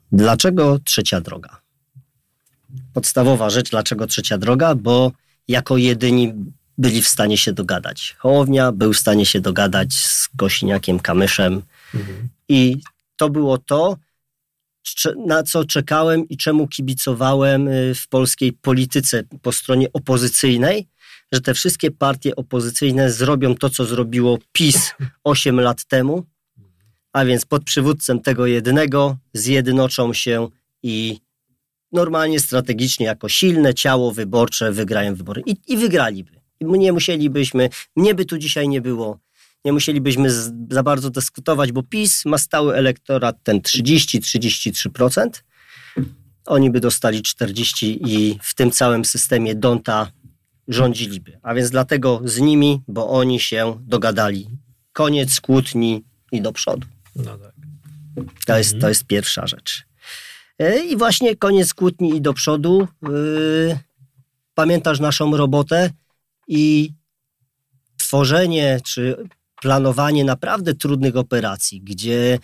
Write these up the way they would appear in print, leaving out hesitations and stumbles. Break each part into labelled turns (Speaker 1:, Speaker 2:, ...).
Speaker 1: Dlaczego trzecia droga? Podstawowa rzecz, dlaczego trzecia droga? Bo jako jedyni byli w stanie się dogadać. Hołownia był w stanie się dogadać z Kosiniakiem-Kamyszem i to było to, na co czekałem i czemu kibicowałem w polskiej polityce po stronie opozycyjnej, że te wszystkie partie opozycyjne zrobią to, co zrobiło PiS 8 lat temu, a więc pod przywódcem tego jednego zjednoczą się i normalnie strategicznie jako silne ciało wyborcze wygrają wybory. I wygraliby. Nie musielibyśmy, mnie by tu dzisiaj nie było, nie musielibyśmy za bardzo dyskutować, bo PiS ma stały elektorat ten 30-33%. Oni by dostali 40% i w tym całym systemie Donta rządziliby. A więc dlatego z nimi, bo oni się dogadali. Koniec kłótni i do przodu.
Speaker 2: No tak.
Speaker 1: To jest pierwsza rzecz. I właśnie koniec kłótni i do przodu. Pamiętasz naszą robotę i tworzenie czy planowanie naprawdę trudnych operacji, gdzie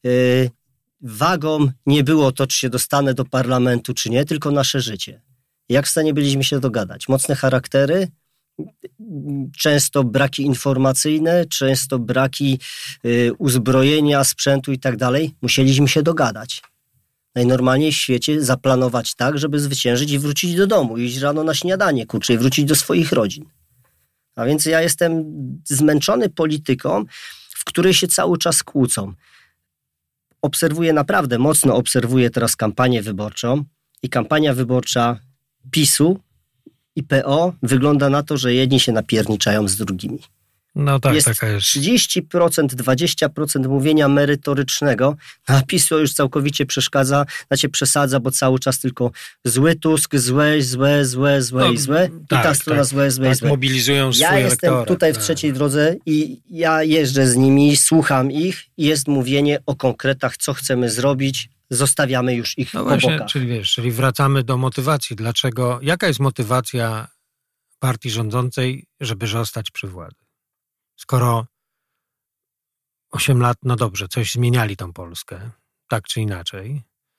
Speaker 1: wagą nie było to, czy się dostanę do parlamentu, czy nie, tylko nasze życie. Jak w stanie byliśmy się dogadać? Mocne charaktery, często braki informacyjne, często braki uzbrojenia, sprzętu i tak dalej. Musieliśmy się dogadać. Najnormalniej w świecie zaplanować tak, żeby zwyciężyć i wrócić do domu, iść rano na śniadanie, i wrócić do swoich rodzin. A więc ja jestem zmęczony polityką, w której się cały czas kłócą. Naprawdę mocno obserwuję teraz kampanię wyborczą i kampania wyborcza PiS-u i PO wygląda na to, że jedni się napierniczają z drugimi.
Speaker 2: No tak,
Speaker 1: jest
Speaker 2: taka jest.
Speaker 1: 30%, 20% mówienia merytorycznego, a PiS-u już całkowicie przesadza, bo cały czas tylko zły Tusk, złe i ta strona złe.
Speaker 2: Mobilizują swój
Speaker 1: elektorat. Ja jestem tutaj w trzeciej drodze i ja jeżdżę z nimi, słucham ich i jest mówienie o konkretach, co chcemy zrobić, zostawiamy już ich po bokach.
Speaker 2: Czyli wracamy do motywacji. Dlaczego, jaka jest motywacja partii rządzącej, żeby zostać przy władzy? Skoro 8 lat, no dobrze, coś zmieniali tą Polskę, tak czy inaczej.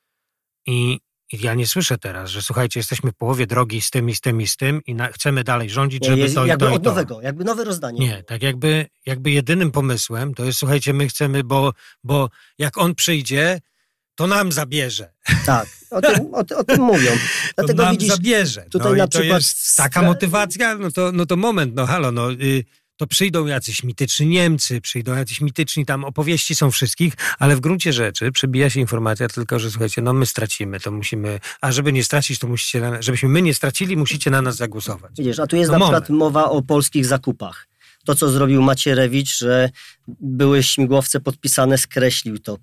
Speaker 2: I ja nie słyszę teraz, że słuchajcie, jesteśmy w połowie drogi z tym i chcemy dalej rządzić, żeby to i to i to.
Speaker 1: Nowego, jakby nowe rozdanie.
Speaker 2: Nie, tak jakby jedynym pomysłem to jest, słuchajcie, my chcemy, bo jak on przyjdzie, to nam zabierze.
Speaker 1: Tak, o tym mówią. Dlatego
Speaker 2: to nam
Speaker 1: widzisz,
Speaker 2: zabierze.
Speaker 1: Tutaj na przykład
Speaker 2: to jest taka motywacja, to moment, to przyjdą jacyś mityczni Niemcy, przyjdą jacyś mityczni tam, opowieści są wszystkich, ale w gruncie rzeczy przebija się informacja tylko, że słuchajcie, my stracimy, to musimy, a żeby nie stracić, to żebyśmy my nie stracili, musicie na nas zagłosować.
Speaker 1: Widzisz, a tu jest na przykład mowa o polskich zakupach. To, co zrobił Macierewicz, że były śmigłowce podpisane, skreślił to,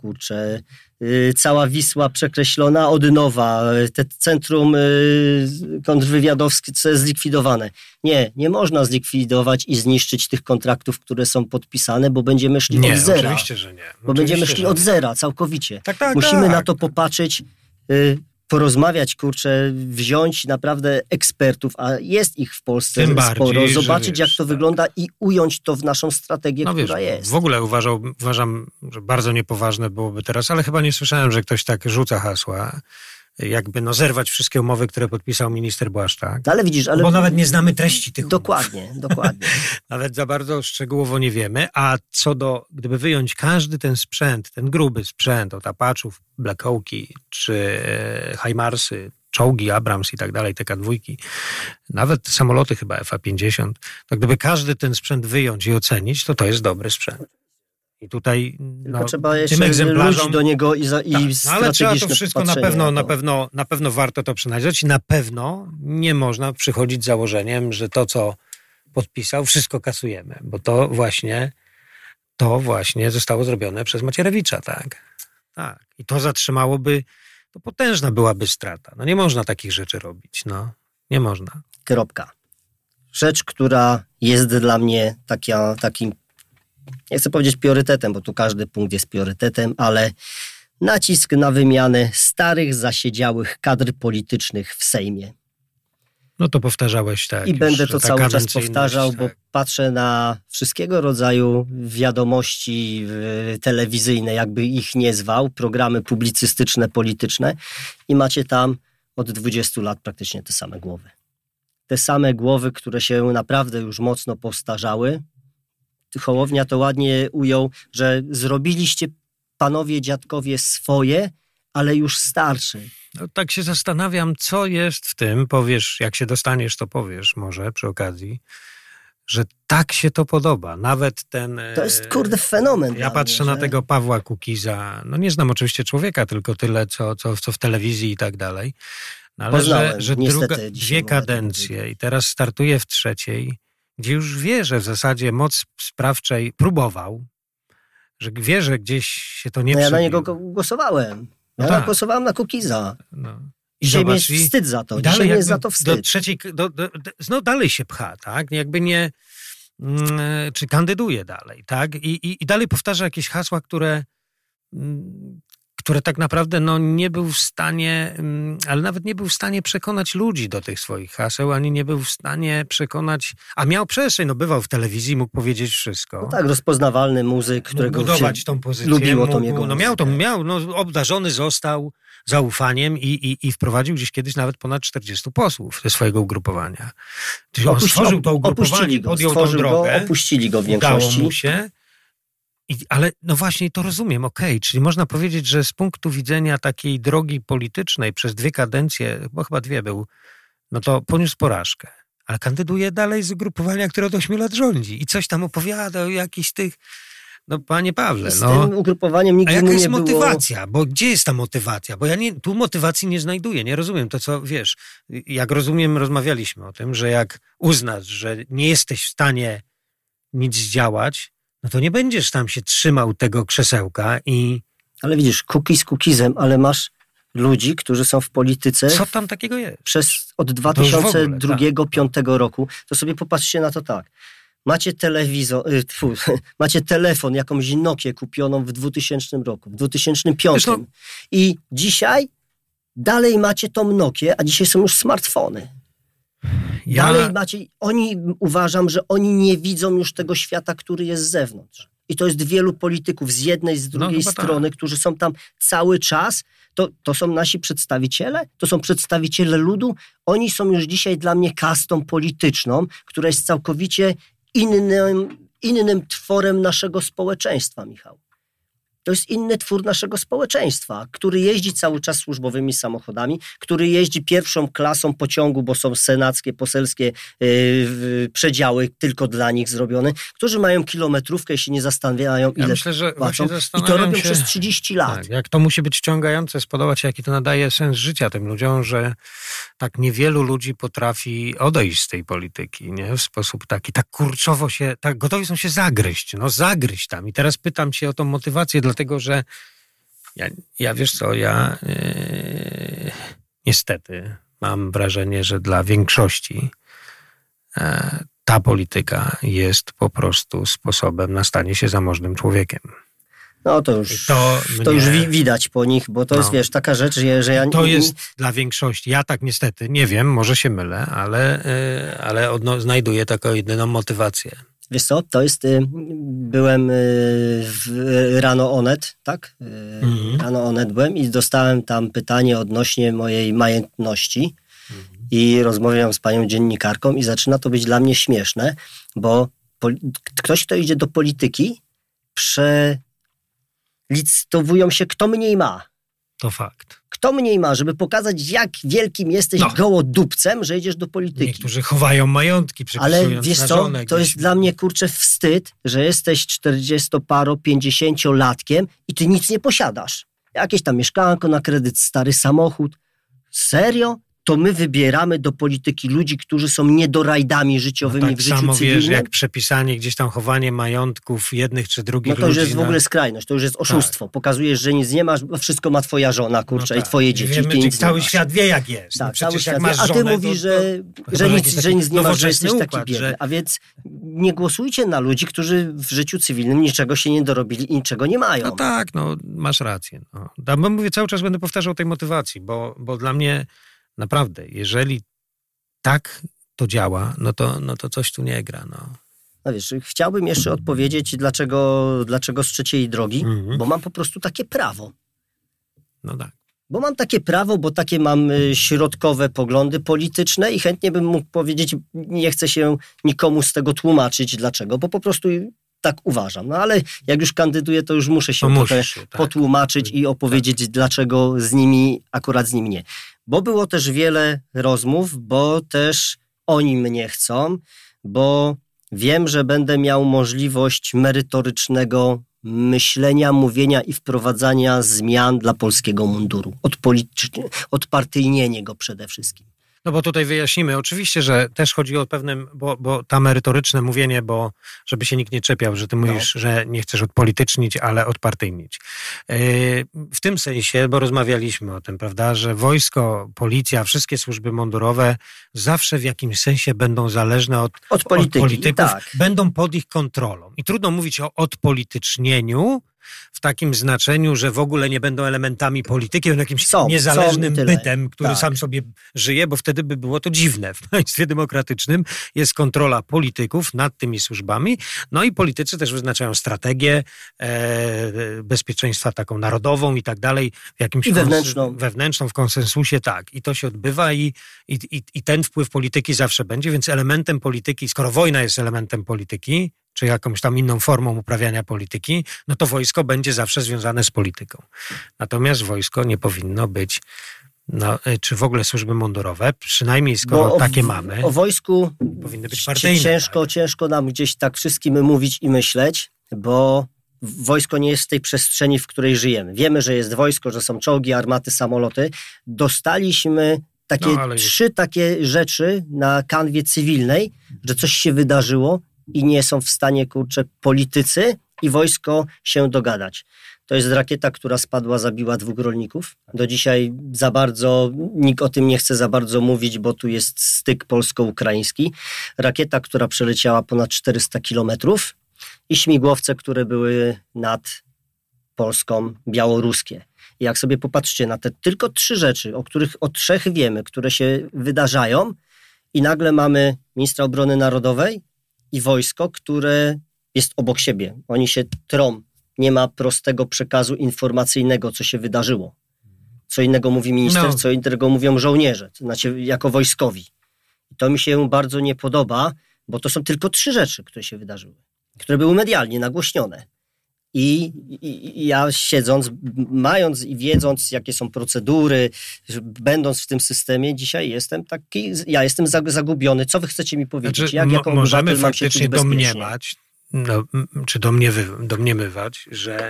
Speaker 1: Cała Wisła przekreślona od nowa, te centrum kontrwywiadowskie zlikwidowane. Nie można zlikwidować i zniszczyć tych kontraktów, które są podpisane, bo będziemy szli od zera.
Speaker 2: Oczywiście, że nie.
Speaker 1: Bo będziemy szli od zera całkowicie. Musimy na to popatrzeć, porozmawiać, wziąć naprawdę ekspertów, a jest ich w Polsce sporo, zobaczyć jak to wygląda i ująć to w naszą strategię, która jest.
Speaker 2: W ogóle uważam, że bardzo niepoważne byłoby teraz, ale chyba nie słyszałem, że ktoś tak rzuca hasła, jakby zerwać wszystkie umowy, które podpisał minister Błaszczak.
Speaker 1: Ale widzisz,
Speaker 2: bo nawet nie znamy treści tych umów.
Speaker 1: Dokładnie.
Speaker 2: Nawet za bardzo szczegółowo nie wiemy, a co do, gdyby wyjąć każdy ten sprzęt, ten gruby sprzęt od Apache'ów, Black Hawk'i, czy HIMARSy, czołgi, Abrams i tak dalej, TK2, nawet samoloty chyba FA-50, to gdyby każdy ten sprzęt wyjąć i ocenić, to jest dobry sprzęt. I tutaj
Speaker 1: trzeba jeszcze ludzi do niego i
Speaker 2: ale trzeba to wszystko na pewno warto to przeanalizować i na pewno nie można przychodzić z założeniem, że to, co podpisał, wszystko kasujemy, bo to właśnie zostało zrobione przez Macierewicza, tak. I to zatrzymałoby, to potężna byłaby strata. Nie można takich rzeczy robić, nie można.
Speaker 1: Kropka. Rzecz, która jest dla mnie takim, nie chcę powiedzieć priorytetem, bo tu każdy punkt jest priorytetem, ale nacisk na wymianę starych, zasiedziałych kadr politycznych w Sejmie.
Speaker 2: No to powtarzałeś tak.
Speaker 1: I będę to cały czas
Speaker 2: kadencyjność,
Speaker 1: powtarzał, bo patrzę na wszystkiego rodzaju wiadomości telewizyjne, jakby ich nie zwał, programy publicystyczne, polityczne i macie tam od 20 lat praktycznie te same głowy. Te same głowy, które się naprawdę już mocno postarzały. Hołownia to ładnie ujął, że zrobiliście panowie, dziadkowie swoje, ale już starszy.
Speaker 2: No, tak się zastanawiam, co jest w tym, powiesz, jak się dostaniesz, to powiesz może przy okazji, że tak się to podoba. Nawet ten...
Speaker 1: To jest, kurde, fenomen.
Speaker 2: Ja patrzę na tego Pawła Kukiza, no nie znam oczywiście człowieka, tylko tyle, co w telewizji i tak dalej. No, ale
Speaker 1: Poznałem,
Speaker 2: że dwie kadencje i teraz startuje w trzeciej, gdzie już wie, że w zasadzie moc sprawczej próbował, że wie, że gdzieś się to nie
Speaker 1: ja
Speaker 2: przebiło.
Speaker 1: na niego głosowałem. Głosowałem na Kukiza.
Speaker 2: No.
Speaker 1: I dzisiaj jest wstyd za to. Dzisiaj jest za to wstyd.
Speaker 2: Do trzeciej, dalej się pcha, tak? Jakby nie... czy kandyduje dalej, tak? I dalej powtarza jakieś hasła, które tak naprawdę nie był w stanie, ale nawet nie był w stanie przekonać ludzi do tych swoich haseł, ani nie był w stanie przekonać, a miał przestrzeń, bywał w telewizji, mógł powiedzieć wszystko.
Speaker 1: No tak, rozpoznawalny muzyk, którego
Speaker 2: budować tą pozycję.
Speaker 1: Lubiło tą jego
Speaker 2: obdarzony został zaufaniem i wprowadził gdzieś kiedyś nawet ponad 40 posłów ze swojego ugrupowania. Czyli on stworzył to ugrupowanie, podjął tą drogę.
Speaker 1: Opuścili go w większości.
Speaker 2: Udało mu się. Ale właśnie to rozumiem, okej. Czyli można powiedzieć, że z punktu widzenia takiej drogi politycznej przez 2 kadencje, bo chyba 2 był, to poniósł porażkę. Ale kandyduje dalej z ugrupowania, które od 8 lat rządzi i coś tam opowiada o jakichś tych... Panie Pawle,
Speaker 1: z tym ugrupowaniem nigdy
Speaker 2: a jaka
Speaker 1: mu nie
Speaker 2: jest motywacja?
Speaker 1: było...
Speaker 2: Bo gdzie jest ta motywacja? Bo ja tu motywacji nie znajduję, nie rozumiem to, co wiesz. Jak rozumiem, rozmawialiśmy o tym, że jak uznasz, że nie jesteś w stanie nic zdziałać, to nie będziesz tam się trzymał tego krzesełka i...
Speaker 1: Ale widzisz, Kukiz Kukizem, ale masz ludzi, którzy są w polityce...
Speaker 2: Co tam takiego jest?
Speaker 1: Od 2002-2005 roku. To sobie popatrzcie na to tak. Macie macie telefon, jakąś Nokię kupioną w 2000 roku, w 2005. I dzisiaj dalej macie tą Nokię, a dzisiaj są już smartfony. Dalej macie... Uważam, że oni nie widzą już tego świata, który jest z zewnątrz. I to jest wielu polityków z jednej, z drugiej strony, którzy są tam cały czas. To są nasi przedstawiciele, to są przedstawiciele ludu. Oni są już dzisiaj dla mnie kastą polityczną, która jest całkowicie innym tworem naszego społeczeństwa, Michał. To jest inny twór naszego społeczeństwa, który jeździ cały czas służbowymi samochodami, który jeździ pierwszą klasą pociągu, bo są senackie, poselskie przedziały tylko dla nich zrobione, którzy mają kilometrówkę i się nie zastanawiają, ile
Speaker 2: myślę, że
Speaker 1: płacą. I to robią przez 30 lat.
Speaker 2: Tak, jak to musi być wciągające, spodobać się, jaki to nadaje sens życia tym ludziom, że tak niewielu ludzi potrafi odejść z tej polityki, nie? W sposób taki, tak kurczowo się, tak gotowi są się zagryźć, zagryźć tam. I teraz pytam cię o tą motywację, dlatego, że ja wiesz co, niestety mam wrażenie, że dla większości ta polityka jest po prostu sposobem na stanie się zamożnym człowiekiem.
Speaker 1: No to już widać po nich, bo to jest, wiesz, taka rzecz, że ja...
Speaker 2: To jest dla większości. Ja tak niestety, nie wiem, może się mylę, ale znajduję taką jedyną motywację.
Speaker 1: Wiesz co, to jest... Byłem w Rano Onet, tak? Rano Onet byłem i dostałem tam pytanie odnośnie mojej majętności i rozmawiam z panią dziennikarką i zaczyna to być dla mnie śmieszne, bo ktoś, kto idzie do polityki, licytowują się, kto mniej ma.
Speaker 2: To fakt.
Speaker 1: Kto mniej ma, żeby pokazać, jak wielkim jesteś gołodupcem, że idziesz do polityki.
Speaker 2: Niektórzy chowają majątki,
Speaker 1: ale wiesz co, to jest dla mnie, kurczę, wstyd, że jesteś 40-paro, 50-latkiem i ty nic nie posiadasz. Jakieś tam mieszkanko na kredyt, stary samochód. Serio? To my wybieramy do polityki ludzi, którzy są niedorajdami życiowymi w życiu cywilnym. Tak samo wiesz,
Speaker 2: jak przepisanie, gdzieś tam chowanie majątków jednych czy drugich ludzi.
Speaker 1: To już jest w ogóle skrajność, to już jest oszustwo. Tak. Pokazujesz, że nic nie masz, bo wszystko ma twoja żona, kurczę, i twoje dzieci.
Speaker 2: Wiemy,
Speaker 1: ty nic
Speaker 2: cały
Speaker 1: nie masz.
Speaker 2: świat wie, jak jest.
Speaker 1: Tak, cały świat wie, a ty mówisz, że nic nie masz, że jesteś taki biedny. A więc nie głosujcie na ludzi, którzy w życiu cywilnym niczego się nie dorobili i niczego nie mają.
Speaker 2: No tak, masz rację. Bo mówię, cały czas będę powtarzał tej motywacji, bo dla mnie naprawdę, jeżeli tak to działa, no to coś tu nie gra.
Speaker 1: No wiesz, chciałbym jeszcze odpowiedzieć, dlaczego z trzeciej drogi, bo mam po prostu takie prawo.
Speaker 2: No tak.
Speaker 1: Bo mam takie prawo, bo takie mam środkowe poglądy polityczne i chętnie bym mógł powiedzieć, nie chcę się nikomu z tego tłumaczyć, dlaczego, bo po prostu tak uważam. No ale jak już kandyduję, to już muszę się trochę potłumaczyć i opowiedzieć, dlaczego akurat z nimi nie. Bo było też wiele rozmów, bo też oni mnie chcą, bo wiem, że będę miał możliwość merytorycznego myślenia, mówienia i wprowadzania zmian dla polskiego munduru. Odpartyjnienie go przede wszystkim.
Speaker 2: No bo tutaj wyjaśnimy, oczywiście, że też chodzi o pewnym, bo ta merytoryczne mówienie, bo żeby się nikt nie czepiał, że ty mówisz, że nie chcesz odpolitycznić, ale odpartyjnić. W tym sensie, bo rozmawialiśmy o tym, prawda, że wojsko, policja, wszystkie służby mundurowe zawsze w jakimś sensie będą zależne od polityków, tak. Będą pod ich kontrolą. I trudno mówić o odpolitycznieniu w takim znaczeniu, że w ogóle nie będą elementami polityki, będą jakimś niezależnym bytem, który sam sobie żyje, bo wtedy by było to dziwne. W państwie demokratycznym jest kontrola polityków nad tymi służbami, no i politycy też wyznaczają strategię bezpieczeństwa taką narodową i tak dalej. W jakimś wewnętrzną, w konsensusie, tak. I to się odbywa i ten wpływ polityki zawsze będzie, więc elementem polityki, skoro wojna jest elementem polityki, czy jakąś tam inną formą uprawiania polityki, no to wojsko będzie zawsze związane z polityką. Natomiast wojsko nie powinno być, czy w ogóle służby mundurowe, przynajmniej skoro takie mamy.
Speaker 1: O wojsku
Speaker 2: powinny być partyjne.
Speaker 1: Ciężko nam gdzieś tak wszystkim mówić i myśleć, bo wojsko nie jest w tej przestrzeni, w której żyjemy. Wiemy, że jest wojsko, że są czołgi, armaty, samoloty. Dostaliśmy trzy takie rzeczy na kanwie cywilnej, że coś się wydarzyło i nie są w stanie, politycy i wojsko się dogadać. To jest rakieta, która spadła, zabiła 2 rolników. Do dzisiaj za bardzo, nikt o tym nie chce za bardzo mówić, bo tu jest styk polsko-ukraiński. Rakieta, która przeleciała ponad 400 kilometrów i śmigłowce, które były nad Polską, białoruskie. I jak sobie popatrzcie na te tylko 3 rzeczy, o których o 3 wiemy, które się wydarzają i nagle mamy ministra obrony narodowej i wojsko, które jest obok siebie. Oni się trą. Nie ma prostego przekazu informacyjnego, co się wydarzyło. Co innego mówi minister, co innego mówią żołnierze, to znaczy jako wojskowi. I to mi się bardzo nie podoba, bo to są tylko 3 rzeczy, które się wydarzyły, które były medialnie nagłośnione. I ja siedząc, mając i wiedząc, jakie są procedury, będąc w tym systemie, dzisiaj jestem jestem zagubiony. Co wy chcecie mi powiedzieć?
Speaker 2: Znaczy, możemy faktycznie domniemać, czy domniemywać,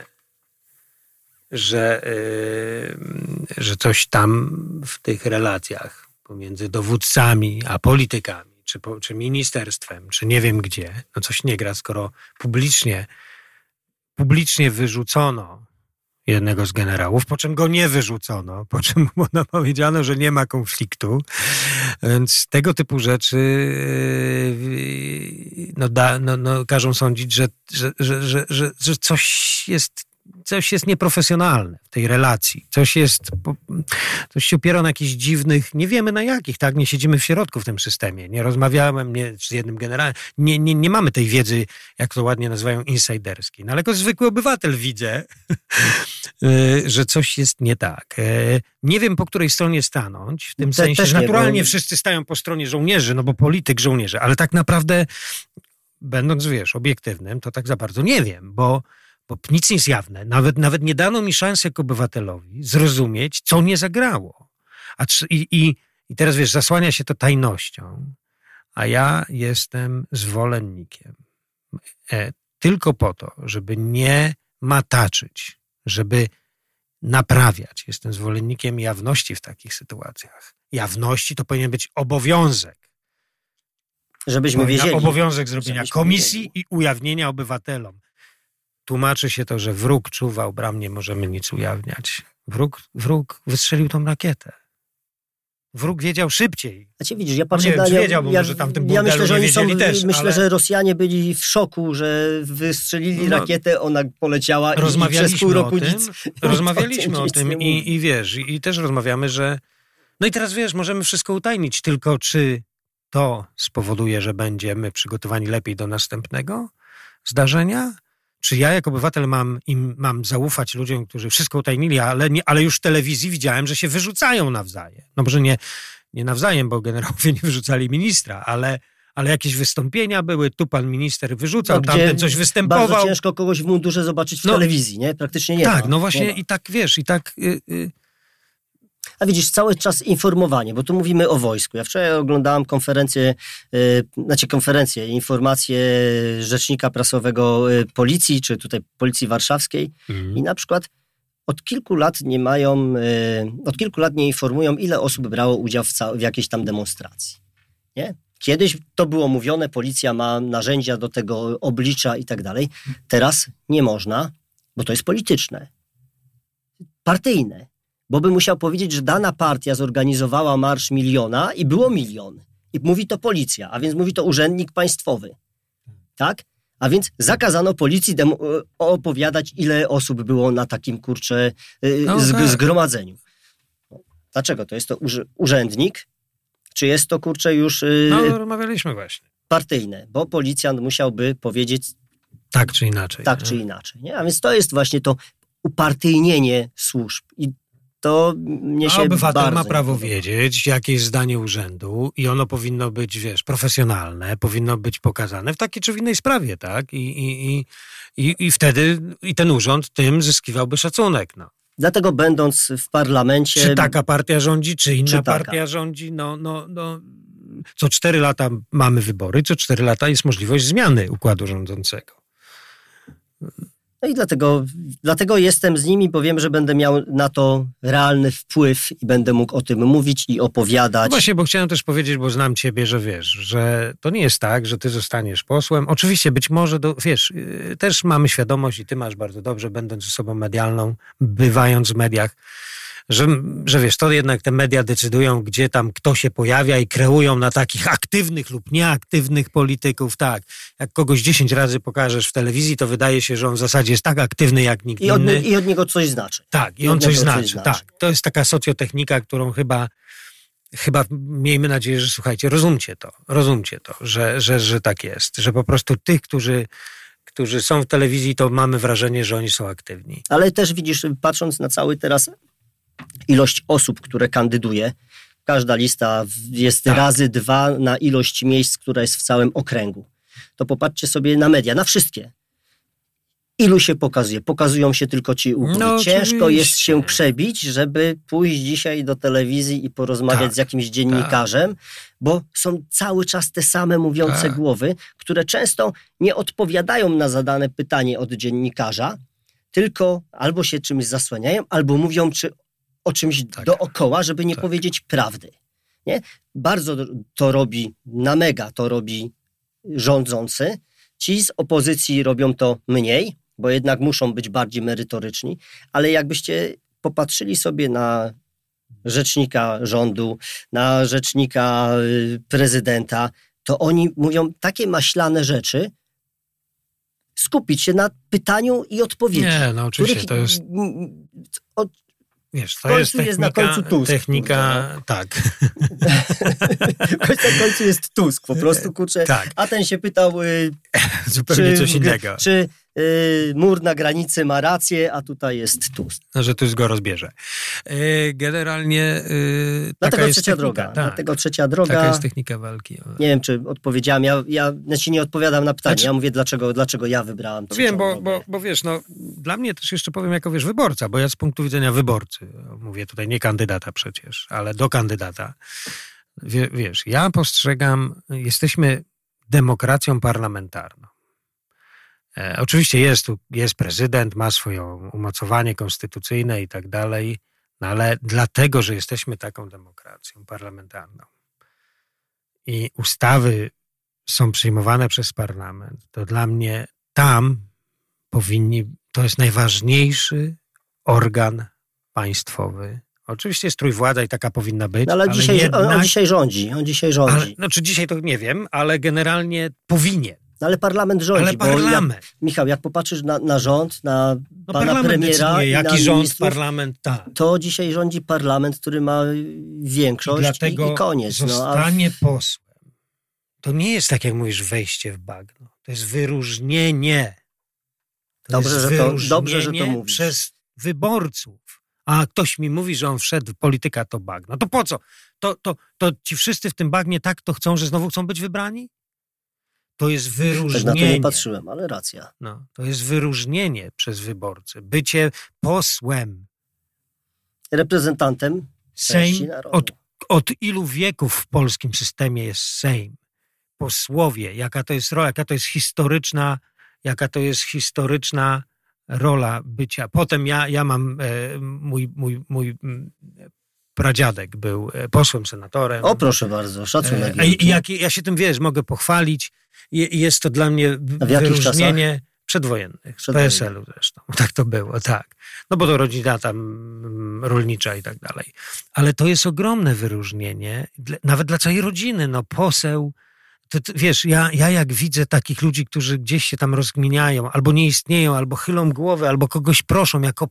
Speaker 2: że coś tam w tych relacjach pomiędzy dowódcami a politykami, czy ministerstwem, czy nie wiem gdzie, coś nie gra, skoro publicznie wyrzucono jednego z generałów, po czym go nie wyrzucono, po czym powiedziano, że nie ma konfliktu. Więc tego typu rzeczy każą sądzić, że coś jest nieprofesjonalne w tej relacji. Coś się opiera na jakichś dziwnych, nie wiemy na jakich, tak? Nie siedzimy w środku w tym systemie. Nie rozmawiałem z jednym generałem. Nie mamy tej wiedzy, jak to ładnie nazywają, insiderskiej. No ale jako zwykły obywatel widzę, że coś jest nie tak. Nie wiem, po której stronie stanąć, w tym sensie, że naturalnie wszyscy stają po stronie żołnierzy, bo polityk żołnierzy, ale tak naprawdę, będąc, obiektywnym, to tak za bardzo nie wiem, bo nic nie jest jawne. Nawet nie dano mi szansy jako obywatelowi zrozumieć, co nie zagrało. I teraz, zasłania się to tajnością, a ja jestem zwolennikiem tylko po to, żeby nie mataczyć, żeby naprawiać. Jestem zwolennikiem jawności w takich sytuacjach. Jawności to powinien być obowiązek.
Speaker 1: Żebyśmy wiedzieli.
Speaker 2: Obowiązek zrobienia komisji i ujawnienia obywatelom. Tłumaczy się to, że wróg czuwał bram, nie możemy nic ujawniać. Wróg wystrzelił tą rakietę. Wróg wiedział szybciej.
Speaker 1: Znaczy, widzisz, ja patrzę na ja myślę, że oni myślę, że Rosjanie byli w szoku, że wystrzelili rakietę, ona poleciała i przez pół roku nic.
Speaker 2: Rozmawialiśmy o tym i też rozmawiamy, że i teraz możemy wszystko utajnić, tylko czy to spowoduje, że będziemy przygotowani lepiej do następnego zdarzenia? Czy ja jako obywatel mam zaufać ludziom, którzy wszystko utajnili, ale już w telewizji widziałem, że się wyrzucają nawzajem. No może nie nawzajem, bo generałowie nie wyrzucali ministra, ale jakieś wystąpienia były, tu pan minister wyrzucał, tamten coś występował.
Speaker 1: Bardzo ciężko kogoś w mundurze zobaczyć w telewizji, nie? Praktycznie nie ma.
Speaker 2: Tak, no właśnie i tak wiesz, i tak...
Speaker 1: A widzisz, cały czas informowanie, bo tu mówimy o wojsku. Ja wczoraj oglądałem informacje rzecznika prasowego policji, czy tutaj Policji Warszawskiej i na przykład od kilku lat nie informują, ile osób brało udział w jakiejś tam demonstracji. Nie? Kiedyś to było mówione, policja ma narzędzia do tego, oblicza i tak dalej. Teraz nie można, bo to jest polityczne. Partyjne. Bo by musiał powiedzieć, że dana partia zorganizowała marsz 1 miliona i było 1 milion. I mówi to policja, a więc mówi to urzędnik państwowy. Tak? A więc zakazano policji opowiadać, ile osób było na takim, zgromadzeniu. Dlaczego? To jest to urzędnik? Czy jest to, już
Speaker 2: rozmawialiśmy właśnie.
Speaker 1: Partyjne? Bo policjant musiałby powiedzieć
Speaker 2: tak czy inaczej.
Speaker 1: Tak czy inaczej. Nie? A więc to jest właśnie to upartyjnienie służb. I to mnie się
Speaker 2: obywatel ma prawo wiedzieć, jakie jest zdanie urzędu i ono powinno być, profesjonalne, powinno być pokazane w takiej czy w innej sprawie, tak? I wtedy ten urząd tym zyskiwałby szacunek, no.
Speaker 1: Dlatego będąc w parlamencie...
Speaker 2: Czy taka partia rządzi, czy inna partia rządzi, co 4 lata mamy wybory, co 4 lata jest możliwość zmiany układu rządzącego.
Speaker 1: No i dlatego jestem z nimi, bo wiem, że będę miał na to realny wpływ i będę mógł o tym mówić i opowiadać.
Speaker 2: No właśnie, bo chciałem też powiedzieć, bo znam ciebie, że wiesz, że to nie jest tak, że ty zostaniesz posłem. Oczywiście być może, też mamy świadomość i ty masz bardzo dobrze, będąc osobą medialną, bywając w mediach, że wiesz, to jednak te media decydują, gdzie tam kto się pojawia i kreują na takich aktywnych lub nieaktywnych polityków, tak. Jak kogoś 10 razy pokażesz w telewizji, to wydaje się, że on w zasadzie jest tak aktywny jak nikt inny.
Speaker 1: I od niego coś znaczy.
Speaker 2: Tak, i on coś znaczy. Tak. To jest taka socjotechnika, którą chyba miejmy nadzieję, że słuchajcie, rozumcie to, że tak jest, że po prostu tych, którzy są w telewizji, to mamy wrażenie, że oni są aktywni.
Speaker 1: Ale też widzisz, patrząc na cały teraz ilość osób, które kandyduje, każda lista jest razy 2 na ilość miejsc, która jest w całym okręgu. To popatrzcie sobie na media, na wszystkie. Ilu się pokazuje? Pokazują się tylko ci u góry. Ciężko jest się przebić, żeby pójść dzisiaj do telewizji i porozmawiać z jakimś dziennikarzem, bo są cały czas te same mówiące głowy, które często nie odpowiadają na zadane pytanie od dziennikarza, tylko albo się czymś zasłaniają, albo mówią o czymś dookoła, żeby nie powiedzieć prawdy. Nie? Bardzo to robi, na mega to robi rządzący. Ci z opozycji robią to mniej, bo jednak muszą być bardziej merytoryczni, ale jakbyście popatrzyli sobie na rzecznika rządu, na rzecznika prezydenta, to oni mówią takie maślane rzeczy, skupić się na pytaniu i odpowiedzi.
Speaker 2: Nie, no oczywiście to jest... Wiesz, to jest technika,
Speaker 1: na końcu Tusk.
Speaker 2: Tak.
Speaker 1: Na końcu jest Tusk, po prostu, a ten się pytał,
Speaker 2: zupełnie coś innego.
Speaker 1: Czy mur na granicy ma rację, a tutaj jest Tusk.
Speaker 2: No, że Tusk go rozbierze. Generalnie
Speaker 1: dlatego
Speaker 2: jest
Speaker 1: trzecia droga.
Speaker 2: Tak.
Speaker 1: Dlatego trzecia droga.
Speaker 2: Taka jest technika walki. Ale...
Speaker 1: Nie wiem, czy odpowiedziałem. Ja nie odpowiadam na pytanie. Ja mówię, dlaczego ja wybrałam trzecią drogę.
Speaker 2: Wiem, bo wiesz, dla mnie też jeszcze powiem jako wyborca, bo ja z punktu widzenia wyborcy, mówię tutaj nie kandydata przecież, ale do kandydata. Wiesz, ja postrzegam, jesteśmy demokracją parlamentarną. Oczywiście jest prezydent, ma swoje umocowanie konstytucyjne i tak dalej, ale dlatego, że jesteśmy taką demokracją parlamentarną i ustawy są przyjmowane przez parlament, to dla mnie tam to jest najważniejszy organ państwowy. Oczywiście jest trójwładza i taka powinna być.
Speaker 1: No, ale on dzisiaj rządzi.
Speaker 2: Dzisiaj to nie wiem, ale generalnie powinien.
Speaker 1: No ale parlament rządzi. Michał, jak popatrzysz na rząd, na pana premiera decyduje,
Speaker 2: jaki rząd, parlament, tak.
Speaker 1: To dzisiaj rządzi parlament, który ma większość i koniec.
Speaker 2: Zostanie posłem to nie jest tak, jak mówisz, wejście w bagno. To jest wyróżnienie.
Speaker 1: Dobrze, że to mówisz.
Speaker 2: Przez wyborców. A ktoś mi mówi, że on wszedł, polityka to bagno. To po co? To ci wszyscy w tym bagnie tak to chcą, że znowu chcą być wybrani? To jest wyróżnienie.
Speaker 1: Tak na to nie patrzyłem, ale racja.
Speaker 2: No, to jest wyróżnienie przez wyborcę. Bycie posłem.
Speaker 1: Reprezentantem
Speaker 2: Sejm.
Speaker 1: narodu.
Speaker 2: Od ilu wieków w polskim systemie jest Sejm? Posłowie. Jaka to jest rola, jaka to jest historyczna rola bycia. Potem ja mam, mój pradziadek był posłem, senatorem.
Speaker 1: O, proszę bardzo, szacunek.
Speaker 2: Ja się tym, mogę pochwalić. Jest to dla mnie wyróżnienie przedwojennych, z PSL-u zresztą. Tak to było, tak. No bo to rodzina tam rolnicza i tak dalej. Ale to jest ogromne wyróżnienie, nawet dla całej rodziny. No poseł, wiesz, ja jak widzę takich ludzi, którzy gdzieś się tam rozgminiają, albo nie istnieją, albo chylą głowę, albo kogoś proszą jako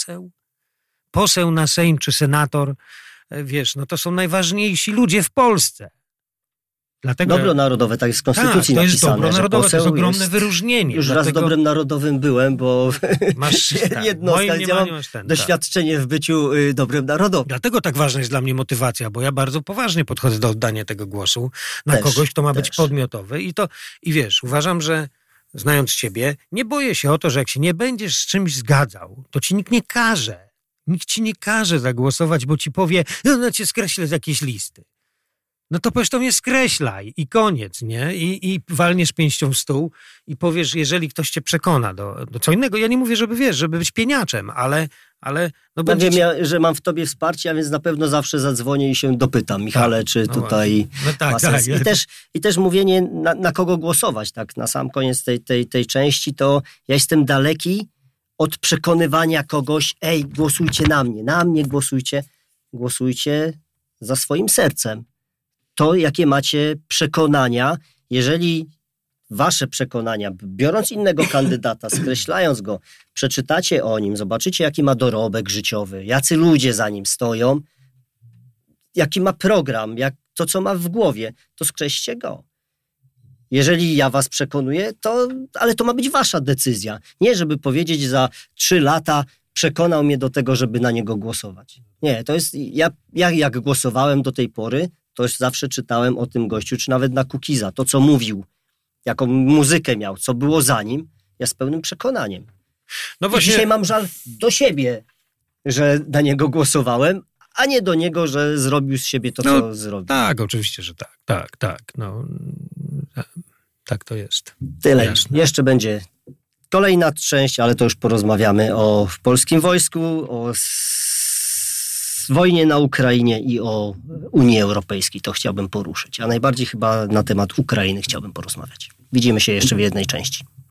Speaker 2: poseł na Sejm czy senator, wiesz, no to są najważniejsi ludzie w Polsce. Dlatego,
Speaker 1: dobro narodowe, tak jest w Konstytucji napisane.
Speaker 2: To jest dobro narodowe, to jest ogromne wyróżnienie.
Speaker 1: Już raz dobrem narodowym byłem, bo
Speaker 2: masz
Speaker 1: doświadczenie w byciu dobrem narodowym.
Speaker 2: Dlatego tak ważna jest dla mnie motywacja, bo ja bardzo poważnie podchodzę do oddania tego głosu na kogoś, kto ma być podmiotowy. I wiesz, uważam, że znając ciebie, nie boję się o to, że jak się nie będziesz z czymś zgadzał, to ci nikt nie każe. Nikt ci nie każe zagłosować, bo ci powie, no cię skreślę z jakiejś listy. No to powiesz, to mnie skreślaj i koniec, nie? I walniesz pięścią w stół i powiesz, jeżeli ktoś cię przekona do co innego. Ja nie mówię, żeby być pieniaczem, ale no
Speaker 1: będzie... Wiem, że mam w tobie wsparcie, a więc na pewno zawsze zadzwonię i się dopytam, Michale, czy tutaj ma sens. I też mówienie, na kogo głosować, tak? Na sam koniec tej części, to ja jestem daleki od przekonywania kogoś, głosujcie na mnie głosujcie za swoim sercem. To, jakie macie przekonania, jeżeli wasze przekonania, biorąc innego kandydata, skreślając go, przeczytacie o nim, zobaczycie, jaki ma dorobek życiowy, jacy ludzie za nim stoją, jaki ma program, to, co ma w głowie, to skreślcie go. Jeżeli ja was przekonuję, ale to ma być wasza decyzja. Nie, żeby powiedzieć za 3 lata przekonał mnie do tego, żeby na niego głosować. Nie, to jest, ja jak głosowałem do tej pory, to już zawsze czytałem o tym gościu, czy nawet na Kukiza, to co mówił, jaką muzykę miał, co było za nim, ja z pełnym przekonaniem. No właśnie... I dzisiaj mam żal do siebie, że na niego głosowałem, a nie do niego, że zrobił z siebie to, co zrobił.
Speaker 2: Tak, oczywiście, że tak. No, tak to jest.
Speaker 1: Tyle. Jasne. Jeszcze będzie kolejna część, ale to już porozmawiamy o polskim wojsku, o wojnie na Ukrainie i o Unii Europejskiej. To chciałbym poruszyć. A najbardziej chyba na temat Ukrainy chciałbym porozmawiać. Widzimy się jeszcze w jednej części.